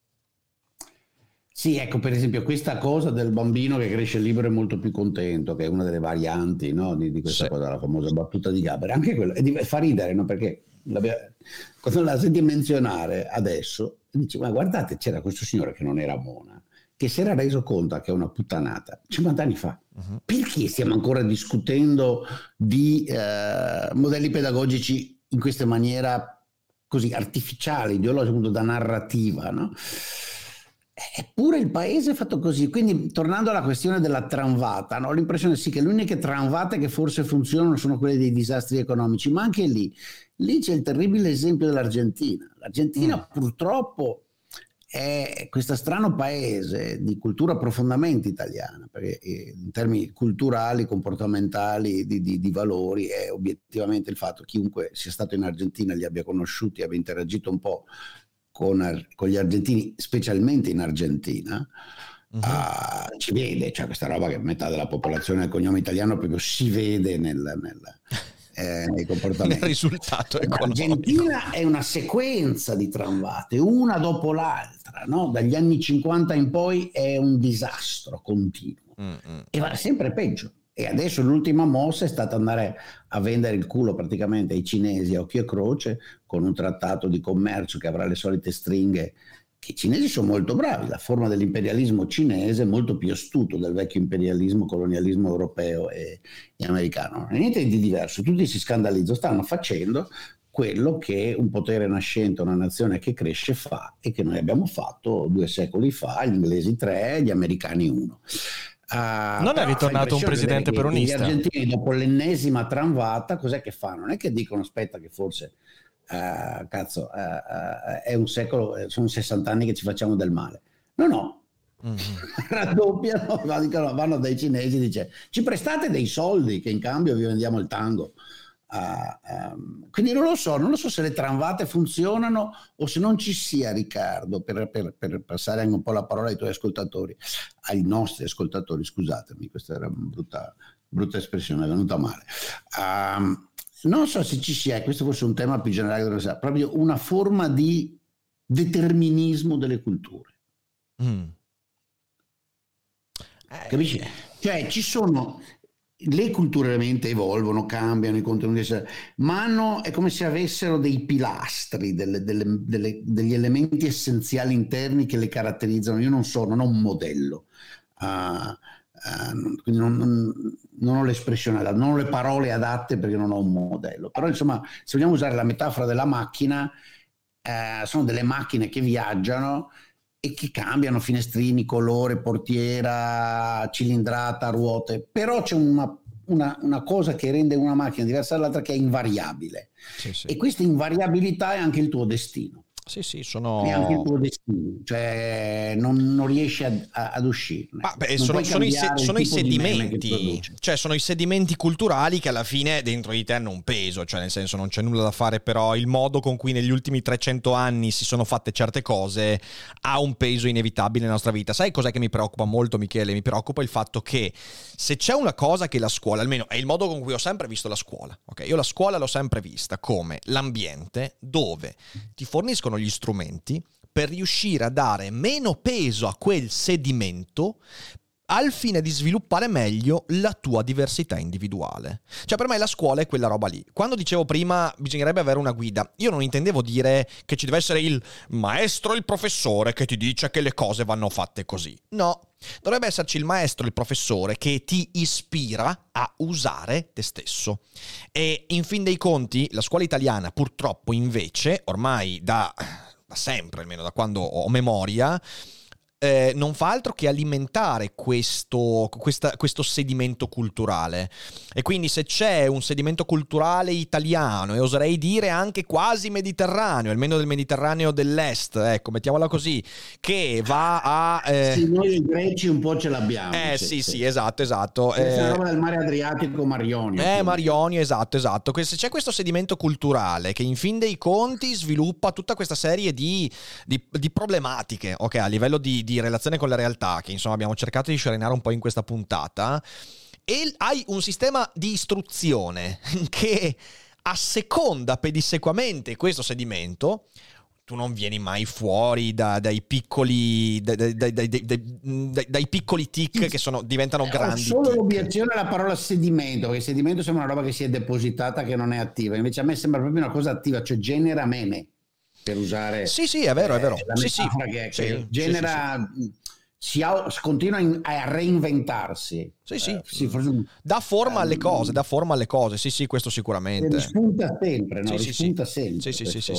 Sì, ecco, per esempio questa cosa del bambino che cresce libero e molto più contento, che è una delle varianti, no, di questa cosa, la famosa battuta di Gaber, anche quello fa ridere, no? Perché quando la senti menzionare adesso dici, ma guardate, c'era questo signore che non era mona, che si era reso conto che è una puttanata 50 anni fa. Uh-huh. Perché stiamo ancora discutendo di modelli pedagogici in questa maniera così artificiale, ideologica, da narrativa, no? Eppure il paese è fatto così. Quindi, tornando alla questione della tramvata, no? Ho l'impressione sì che le uniche tramvate che forse funzionano sono quelle dei disastri economici, ma anche lì c'è il terribile esempio dell'Argentina. L'Argentina purtroppo è questo strano paese di cultura profondamente italiana, perché in termini culturali, comportamentali, di valori, è obiettivamente il fatto che chiunque sia stato in Argentina, li abbia conosciuti, abbia interagito un po' con gli argentini, specialmente in Argentina, ci vede, cioè questa roba che metà della popolazione del cognome italiano proprio si vede nei comportamenti. Nel risultato economico. L'Argentina è una sequenza di tramvate, una dopo l'altra, no? Dagli anni 50 in poi è un disastro continuo e va sempre peggio. E adesso l'ultima mossa è stata andare a vendere il culo praticamente ai cinesi a occhio e croce, con un trattato di commercio che avrà le solite stringhe, che i cinesi sono molto bravi. La forma dell'imperialismo cinese è molto più astuto del vecchio imperialismo, colonialismo europeo e americano. Non è niente di diverso, tutti si scandalizzano, stanno facendo quello che un potere nascente, una nazione che cresce fa, e che noi abbiamo fatto 2 secoli fa, gli inglesi 3, gli americani 1. Non è ritornato un presidente peronista. Gli argentini, dopo l'ennesima tramvata, cos'è che fanno? Non è che dicono aspetta che forse è un secolo, sono 60 anni che ci facciamo del male. No. Raddoppiano, vanno dai cinesi, dice ci prestate dei soldi che in cambio vi vendiamo il tango. Quindi non lo so se le tramvate funzionano o se non ci sia, Riccardo, per passare anche un po' la parola ai tuoi ascoltatori, ai nostri ascoltatori, scusatemi, questa era una brutta espressione, è venuta male. Non so se ci sia, questo forse è un tema più generale, proprio una forma di determinismo delle culture. Capisci? Cioè ci sono... Le culture ovviamente evolvono, cambiano i contenuti, ma è come se avessero dei pilastri, degli elementi essenziali interni che le caratterizzano. Io non ho un modello, quindi non ho l'espressione, non ho le parole adatte perché non ho un modello. Però insomma, se vogliamo usare la metafora della macchina, sono delle macchine che viaggiano e che cambiano finestrini, colore, portiera, cilindrata, ruote, però c'è una cosa che rende una macchina diversa dall'altra, che è invariabile. Sì. E questa invariabilità è anche il tuo destino. Sì, sono... È anche il tuo destino, cioè non riesci ad uscirne. Sono i sedimenti, cioè sono i sedimenti culturali che alla fine dentro di te hanno un peso, cioè nel senso non c'è nulla da fare, però il modo con cui negli ultimi 300 anni si sono fatte certe cose ha un peso inevitabile nella nostra vita. Sai cos'è che mi preoccupa molto, Michele? Mi preoccupa il fatto che se c'è una cosa che la scuola, almeno è il modo con cui ho sempre visto la scuola, ok? Io la scuola l'ho sempre vista come l'ambiente dove ti forniscono gli strumenti per riuscire a dare meno peso a quel sedimento al fine di sviluppare meglio la tua diversità individuale. Cioè per me la scuola è quella roba lì. Quando dicevo prima bisognerebbe avere una guida, io non intendevo dire che ci deve essere il maestro, il professore che ti dice che le cose vanno fatte così. No, dovrebbe esserci il maestro, il professore che ti ispira a usare te stesso. E in fin dei conti la scuola italiana purtroppo invece, ormai da sempre, almeno da quando ho memoria, non fa altro che alimentare questo sedimento culturale. E quindi se c'è un sedimento culturale italiano, e oserei dire anche quasi mediterraneo, almeno del Mediterraneo dell'est, ecco, mettiamola così, che va a... Sì, noi i greci un po' ce l'abbiamo. Sì, esatto. Questa è la roba del mare Adriatico, Marionio. Marionio, esatto. Se c'è questo sedimento culturale che in fin dei conti sviluppa tutta questa serie di problematiche, ok, a livello di relazione con la realtà, che insomma abbiamo cercato di scerinare un po' in questa puntata, e hai un sistema di istruzione che asseconda pedissequamente questo sedimento, tu non vieni mai fuori dai piccoli tic che diventano grandi. Solo l'obiezione alla parola sedimento, perché sedimento sembra una roba che si è depositata, che non è attiva, invece a me sembra proprio una cosa attiva, cioè genera meme, per usare sì è vero la metafora che genera sì. Continua a reinventarsi. Dà forma alle cose, sì, questo sicuramente. Rispunta sempre, no? Rispunta sempre.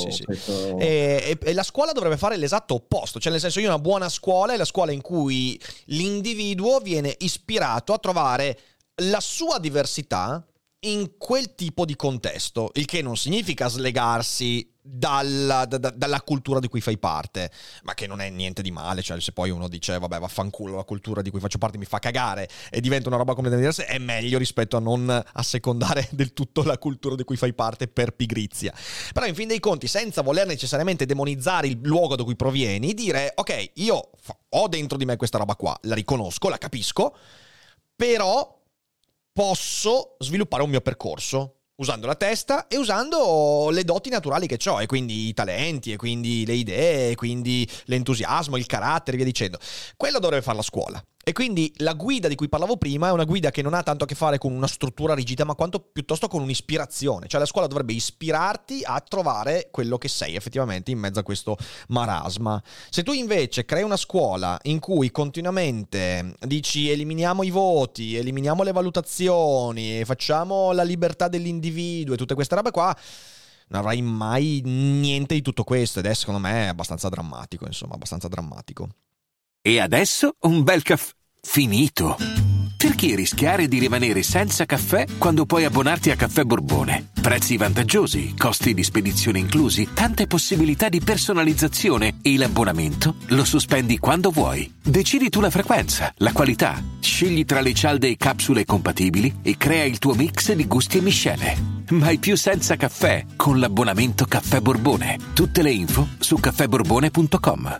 E la scuola dovrebbe fare l'esatto opposto, cioè nel senso, io una buona scuola è la scuola in cui l'individuo viene ispirato a trovare la sua diversità in quel tipo di contesto, il che non significa slegarsi dalla cultura di cui fai parte, ma che non è niente di male, cioè se poi uno dice vabbè vaffanculo, la cultura di cui faccio parte mi fa cagare e diventa una roba completamente diversa, è meglio rispetto a non assecondare del tutto la cultura di cui fai parte per pigrizia. Però in fin dei conti, senza voler necessariamente demonizzare il luogo da cui provieni, dire ok, io ho dentro di me questa roba qua, la riconosco, la capisco, però posso sviluppare un mio percorso usando la testa e usando le doti naturali che ho, e quindi i talenti, e quindi le idee, e quindi l'entusiasmo, il carattere, via dicendo. Quello dovrebbe fare la scuola. E quindi la guida di cui parlavo prima è una guida che non ha tanto a che fare con una struttura rigida, ma quanto piuttosto con un'ispirazione. Cioè la scuola dovrebbe ispirarti a trovare quello che sei effettivamente in mezzo a questo marasma. Se tu invece crei una scuola in cui continuamente dici eliminiamo i voti, eliminiamo le valutazioni, facciamo la libertà dell'individuo e tutte queste robe qua, non avrai mai niente di tutto questo, ed è secondo me abbastanza drammatico, insomma, abbastanza drammatico. E adesso un bel caffè finito. Perché rischiare di rimanere senza caffè quando puoi abbonarti a Caffè Borbone? Prezzi vantaggiosi, costi di spedizione inclusi, tante possibilità di personalizzazione e l'abbonamento lo sospendi quando vuoi. Decidi tu la frequenza, la qualità, scegli tra le cialde e capsule compatibili e crea il tuo mix di gusti e miscele. Mai più senza caffè con l'abbonamento Caffè Borbone. Tutte le info su caffèborbone.com.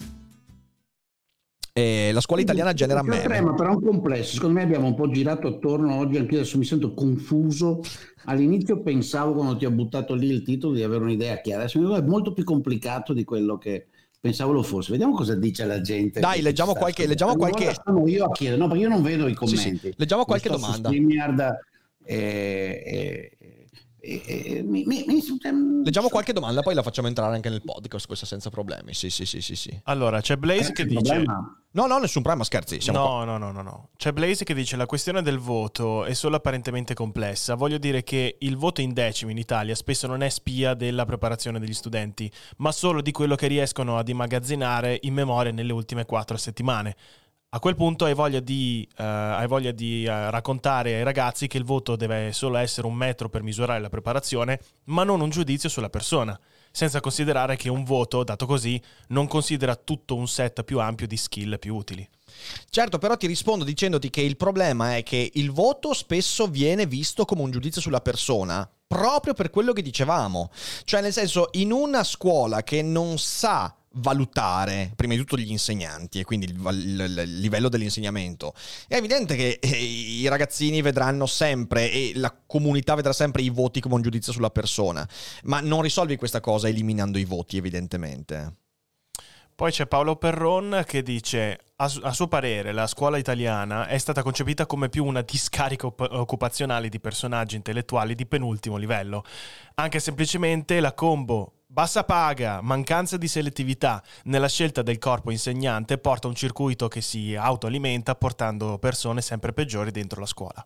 La scuola italiana genera meme. Ma però è un complesso, secondo me abbiamo un po' girato attorno oggi, anche adesso mi sento confuso. All'inizio pensavo, quando ti ho buttato lì il titolo, di avere un'idea chiara, adesso è molto più complicato di quello che pensavo lo fosse. Vediamo cosa dice la gente. Dai, leggiamo qualche... Sono io a chiedere, no, perché io non vedo i commenti. Sì. Leggiamo qualche domanda. Leggiamo qualche domanda, poi la facciamo entrare anche nel podcast, questa senza problemi. Sì. Allora, c'è Blaze che dice... No, nessun problema, scherzi. No. C'è Blaze che dice: la questione del voto è solo apparentemente complessa. Voglio dire che il voto in decimi in Italia spesso non è spia della preparazione degli studenti, ma solo di quello che riescono ad immagazzinare in memoria nelle ultime 4 settimane. a quel punto hai voglia di raccontare ai ragazzi che il voto deve solo essere un metro per misurare la preparazione, ma non un giudizio sulla persona, senza considerare che un voto, dato così, non considera tutto un set più ampio di skill più utili. Certo, però ti rispondo dicendoti che il problema è che il voto spesso viene visto come un giudizio sulla persona, proprio per quello che dicevamo. Cioè, nel senso, in una scuola che non sa valutare prima di tutto gli insegnanti e quindi il livello dell'insegnamento, è evidente che i ragazzini vedranno sempre e la comunità vedrà sempre i voti come un giudizio sulla persona, ma non risolvi questa cosa eliminando i voti, evidentemente. Poi c'è Paolo Perron che dice: a suo parere la scuola italiana è stata concepita come più una discarica occupazionale di personaggi intellettuali di penultimo livello. Anche semplicemente la combo bassa paga, mancanza di selettività nella scelta del corpo insegnante porta a un circuito che si autoalimenta portando persone sempre peggiori dentro la scuola.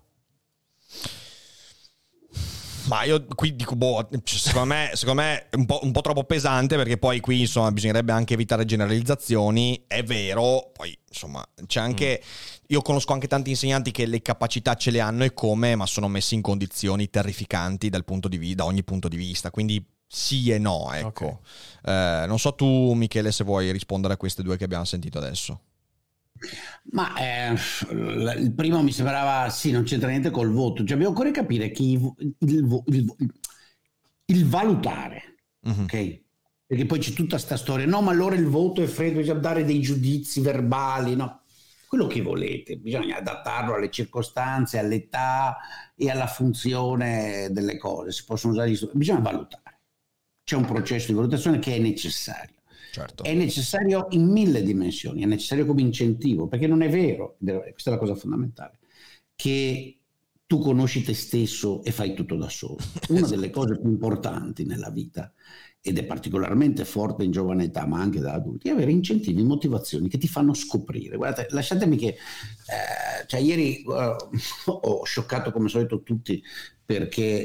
Ma io qui dico, secondo me è un po' troppo pesante, perché poi qui insomma bisognerebbe anche evitare generalizzazioni. È vero, poi insomma c'è anche io conosco anche tanti insegnanti che le capacità ce le hanno e come, ma sono messi in condizioni terrificanti da ogni punto di vista, quindi sì e no, ecco. Okay. Non so tu, Michele, se vuoi rispondere a queste due che abbiamo sentito adesso. Ma il primo mi sembrava, sì, non c'entra niente col voto. Cioè, dobbiamo ancora capire che il valutare, ok? Perché poi c'è tutta sta storia, no, ma allora il voto è freddo, bisogna dare dei giudizi verbali, no? Quello che volete, bisogna adattarlo alle circostanze, all'età e alla funzione delle cose. Si possono usare bisogna valutare. C'è un processo di valutazione che è necessario. Certo. È necessario in 1000 dimensioni, è necessario come incentivo, perché non è vero, questa è la cosa fondamentale, che tu conosci te stesso e fai tutto da solo. Una delle cose più importanti nella vita, ed è particolarmente forte in giovane età, ma anche da adulti, è avere incentivi, motivazioni che ti fanno scoprire. Guardate, lasciatemi che cioè ieri ho scioccato come solito tutti, perché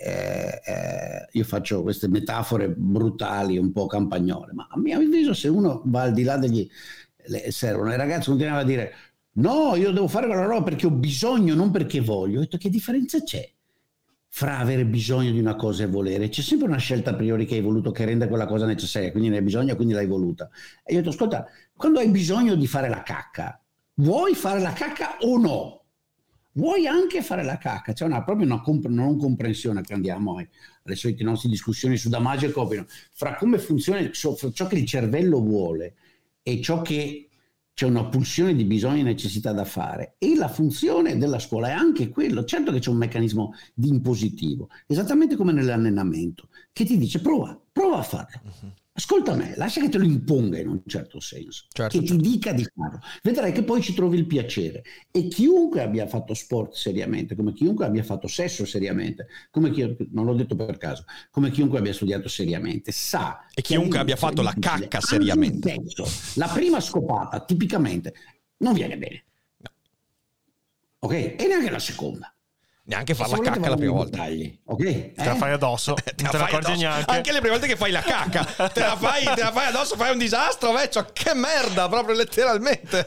io faccio queste metafore brutali, un po' campagnole, ma a mio avviso se uno va al di là servono. I ragazzi continuano a dire no, io devo fare quella roba perché ho bisogno, non perché voglio. Ho detto, che differenza c'è fra avere bisogno di una cosa e volere? C'è sempre una scelta a priori che hai voluto, che rende quella cosa necessaria, quindi ne hai bisogno, quindi l'hai voluta. E io ho detto, ascolta, quando hai bisogno di fare la cacca, vuoi fare la cacca o no? Vuoi anche fare la cacca? C'è proprio una non comprensione, che andiamo alle solite nostre discussioni su Damasio e Copino, fra come funziona ciò che il cervello vuole e ciò che c'è una pulsione di bisogni e necessità da fare, e la funzione della scuola è anche quello. Certo che c'è un meccanismo di impositivo, esattamente come nell'allenamento, che ti dice prova a farlo. Ascolta me, lascia che te lo imponga in un certo senso, certo, che ti dica di farlo. Vedrai che poi ci trovi il piacere. E chiunque abbia fatto sport seriamente, come chiunque abbia fatto sesso seriamente, non l'ho detto per caso, come chiunque abbia studiato seriamente, sa. E chiunque abbia fatto la cacca seriamente. La prima scopata, tipicamente, non viene bene. No. Ok? E neanche la seconda. Neanche far la cacca la prima volta. Ok? Te la fai addosso, non te ne accorgi neanche. Anche le prime volte che fai la cacca, te la fai addosso, fai un disastro, vecchio. Che merda, proprio letteralmente.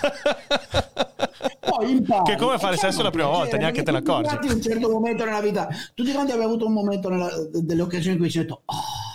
Poi impari. Che è come fare sesso la prima volta, neanche te ne accorgi. In un certo momento nella vita, tutti quanti abbiamo avuto un momento delle occasioni in cui ci ho detto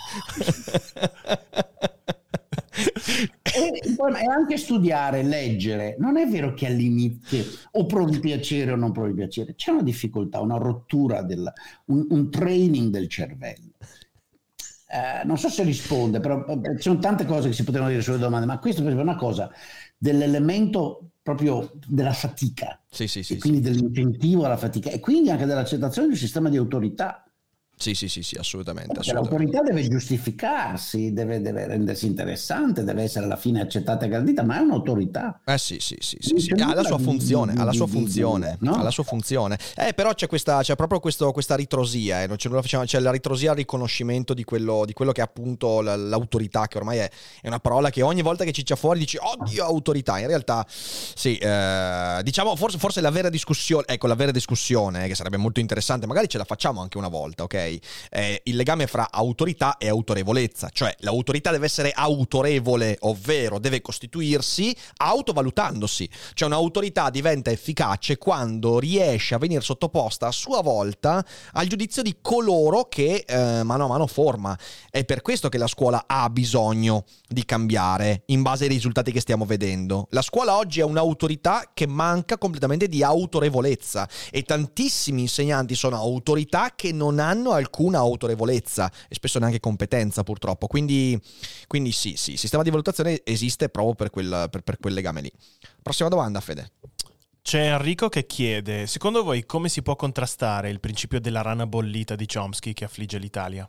E anche studiare, leggere, non è vero che all'inizio o provi piacere o non provi piacere, c'è una difficoltà, una rottura, un training del cervello. Non so se risponde, però ci sono tante cose che si potevano dire sulle domande, ma questo è una cosa dell'elemento proprio della fatica, sì, e quindi dell'incentivo alla fatica, e quindi anche dell'accettazione di un sistema di autorità. Sì, assolutamente. L'autorità deve giustificarsi, deve rendersi interessante, deve essere alla fine accettata e gradita, ma è un'autorità. Sì. Ha la sua funzione, no? Ha la sua funzione. Però c'è proprio questa ritrosia, c'è la ritrosia al riconoscimento di quello che è appunto l'autorità, che ormai è una parola che ogni volta che ciccia fuori dici oddio autorità. In realtà sì, diciamo forse la vera discussione, che sarebbe molto interessante, magari ce la facciamo anche una volta, ok? ok? Il legame fra autorità e autorevolezza, cioè l'autorità deve essere autorevole, ovvero deve costituirsi autovalutandosi, cioè un'autorità diventa efficace quando riesce a venire sottoposta a sua volta al giudizio di coloro che mano a mano forma. È per questo che la scuola ha bisogno di cambiare in base ai risultati che stiamo vedendo. La scuola oggi è un'autorità che manca completamente di autorevolezza e tantissimi insegnanti sono autorità che non hanno alcuna autorevolezza e spesso neanche competenza, purtroppo. Quindi sì, il sistema di valutazione esiste proprio per quel legame lì. Prossima domanda, Fede. C'è Enrico che chiede: secondo voi come si può contrastare il principio della rana bollita di Chomsky che affligge l'Italia?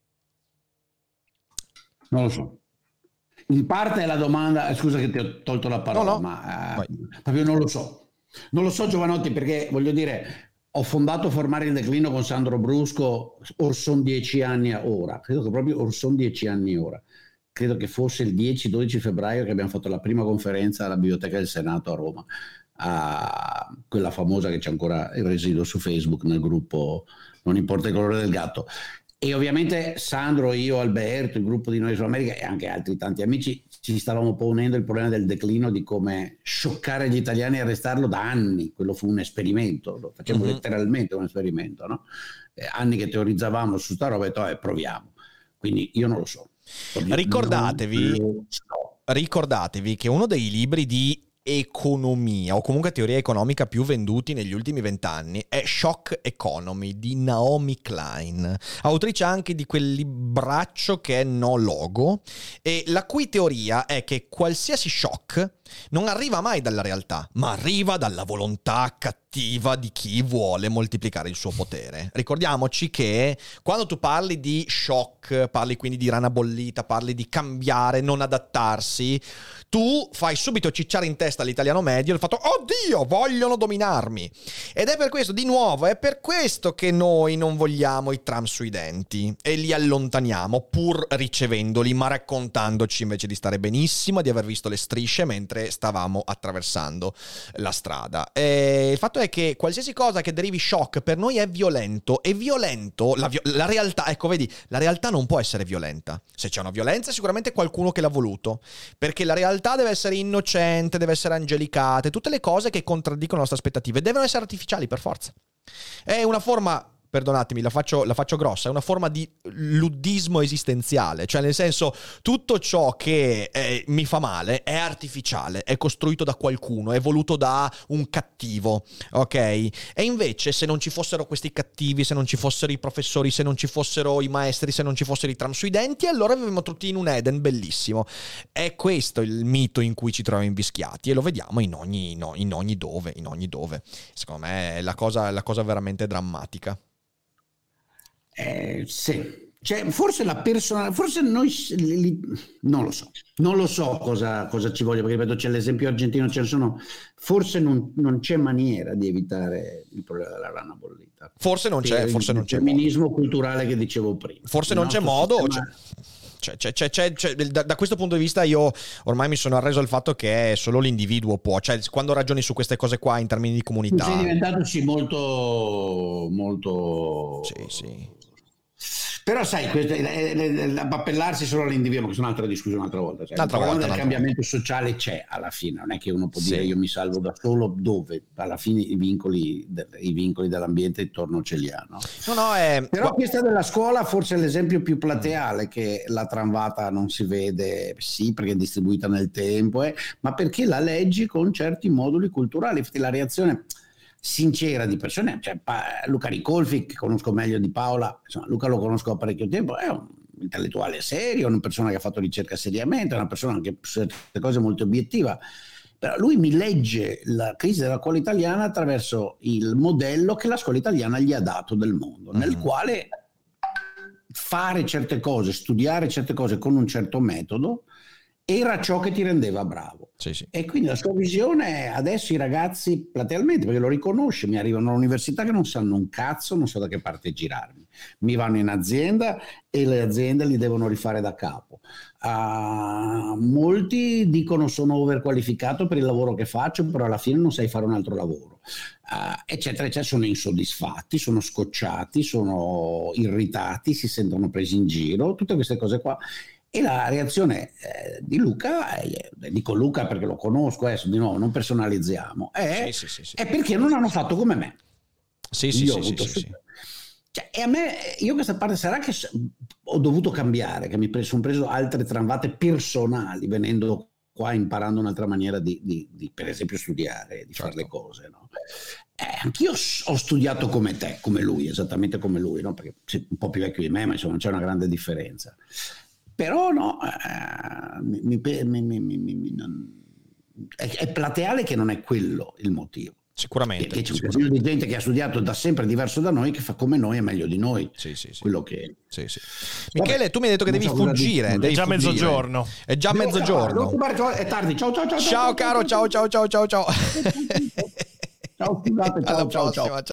Non lo so. In parte è la domanda, scusa che ti ho tolto la parola, No. ma proprio non lo so. Non lo so, Giovanotti, perché voglio dire, ho fondato Formare il Declino con Sandro Brusco, or son 10 anni ora, credo che proprio or son 10 anni ora. Credo che fosse il 10-12 febbraio che abbiamo fatto la prima conferenza alla Biblioteca del Senato a Roma, a quella famosa che c'è ancora il residuo su Facebook nel gruppo Non importa il colore del gatto. E ovviamente Sandro, io, Alberto, il gruppo di Noi su America e anche altri tanti amici ci stavamo ponendo il problema del declino, di come scioccare gli italiani e arrestarlo da anni. Quello fu un esperimento, lo facevamo letteralmente un esperimento, no? Anni che teorizzavamo su sta roba e detto, proviamo. Quindi io non lo so. Ricordatevi che uno dei libri di economia o comunque teoria economica più venduti negli ultimi 20 anni è Shock Economy di Naomi Klein, autrice anche di quel libraccio che è No Logo, e la cui teoria è che qualsiasi shock non arriva mai dalla realtà, ma arriva dalla volontà cattiva di chi vuole moltiplicare il suo potere. Ricordiamoci che quando tu parli di shock, parli quindi di rana bollita, parli di cambiare, non adattarsi, tu fai subito cicciare in testa all'italiano medio il fatto oddio, vogliono dominarmi. Ed è per questo, di nuovo, è per questo che noi non vogliamo i tram sui denti e li allontaniamo pur ricevendoli, ma raccontandoci invece di stare benissimo, di aver visto le strisce mentre stavamo attraversando la strada. E il fatto è che qualsiasi cosa che derivi shock per noi è violento, e violento la realtà, ecco vedi, la realtà non può essere violenta. Se c'è una violenza è sicuramente qualcuno che l'ha voluto, perché la realtà deve essere innocente, deve essere angelicata, tutte le cose che contraddicono le nostre aspettative devono essere artificiali per forza. È una forma, perdonatemi, la faccio grossa, è una forma di luddismo esistenziale, cioè nel senso tutto ciò che mi fa male è artificiale, è costruito da qualcuno, è voluto da un cattivo, ok? E invece se non ci fossero questi cattivi, se non ci fossero i professori, se non ci fossero i maestri, se non ci fossero i tram sui denti, allora vivremmo tutti in un Eden bellissimo. È questo il mito in cui ci troviamo invischiati e lo vediamo in ogni dove. Secondo me è la cosa veramente drammatica. Sì, cioè, forse la persona, forse noi non lo so cosa ci voglia, perché ripeto, c'è l'esempio argentino, ce ne sono, forse non c'è maniera di evitare il problema della rana bollita. Forse non c'è il femminismo culturale che dicevo prima. Forse non c'è modo. Da questo punto di vista io ormai mi sono arreso al fatto che solo l'individuo può, cioè quando ragioni su queste cose qua in termini di comunità. Sei diventato molto sì. Però sai, appellarsi solo all'individuo, che è un'altra discussione un'altra volta. Cioè, il problema del cambiamento sociale c'è alla fine, non è che uno può dire io mi salvo da solo, dove alla fine i vincoli dell'ambiente intorno ce li ha. No? Però questa della scuola forse è l'esempio più plateale, che la tramvata non si vede, sì, perché è distribuita nel tempo, ma perché la leggi con certi moduli culturali. Infatti la reazione sincera di persone, cioè Luca Ricolfi, che conosco meglio di Paola, insomma, Luca lo conosco da parecchio tempo, è un intellettuale serio, una persona che ha fatto ricerca seriamente, una persona anche su certe cose molto obiettiva, però lui mi legge la crisi della scuola italiana attraverso il modello che la scuola italiana gli ha dato del mondo, nel quale fare certe cose, studiare certe cose con un certo metodo era ciò che ti rendeva bravo. Sì, sì. E quindi la sua visione, adesso i ragazzi platealmente, perché lo riconosce, mi arrivano all'università che non sanno un cazzo, non so da che parte girarmi, mi vanno in azienda e le aziende li devono rifare da capo. Molti dicono sono overqualificato per il lavoro che faccio, però alla fine non sai fare un altro lavoro, eccetera eccetera. Sono insoddisfatti, sono scocciati, sono irritati, si sentono presi in giro, tutte queste cose qua. E la reazione di Luca, dico Luca perché lo conosco, adesso di nuovo non personalizziamo, è perché non hanno fatto come me. Sì. Cioè, e a me, io questa parte sarà che ho dovuto cambiare, che mi sono preso altre tramvate personali venendo qua, imparando un'altra maniera di per esempio studiare, di fare le cose, no? Anch'io ho studiato come te, come lui, esattamente come lui, no? Perché sei un po' più vecchio di me, ma insomma c'è una grande differenza. Però no, è plateale che non è quello il motivo. Sicuramente. Che c'è un casino di gente che ha studiato da sempre diverso da noi, che fa come noi, è meglio di noi. Sì. Quello che... Sì. Michele, tu mi hai detto che devi fuggire. È già mezzogiorno. È già mezzogiorno. È tardi. Ciao. Ciao caro, ciao. Ciao, scusate, ciao. Alla prossima.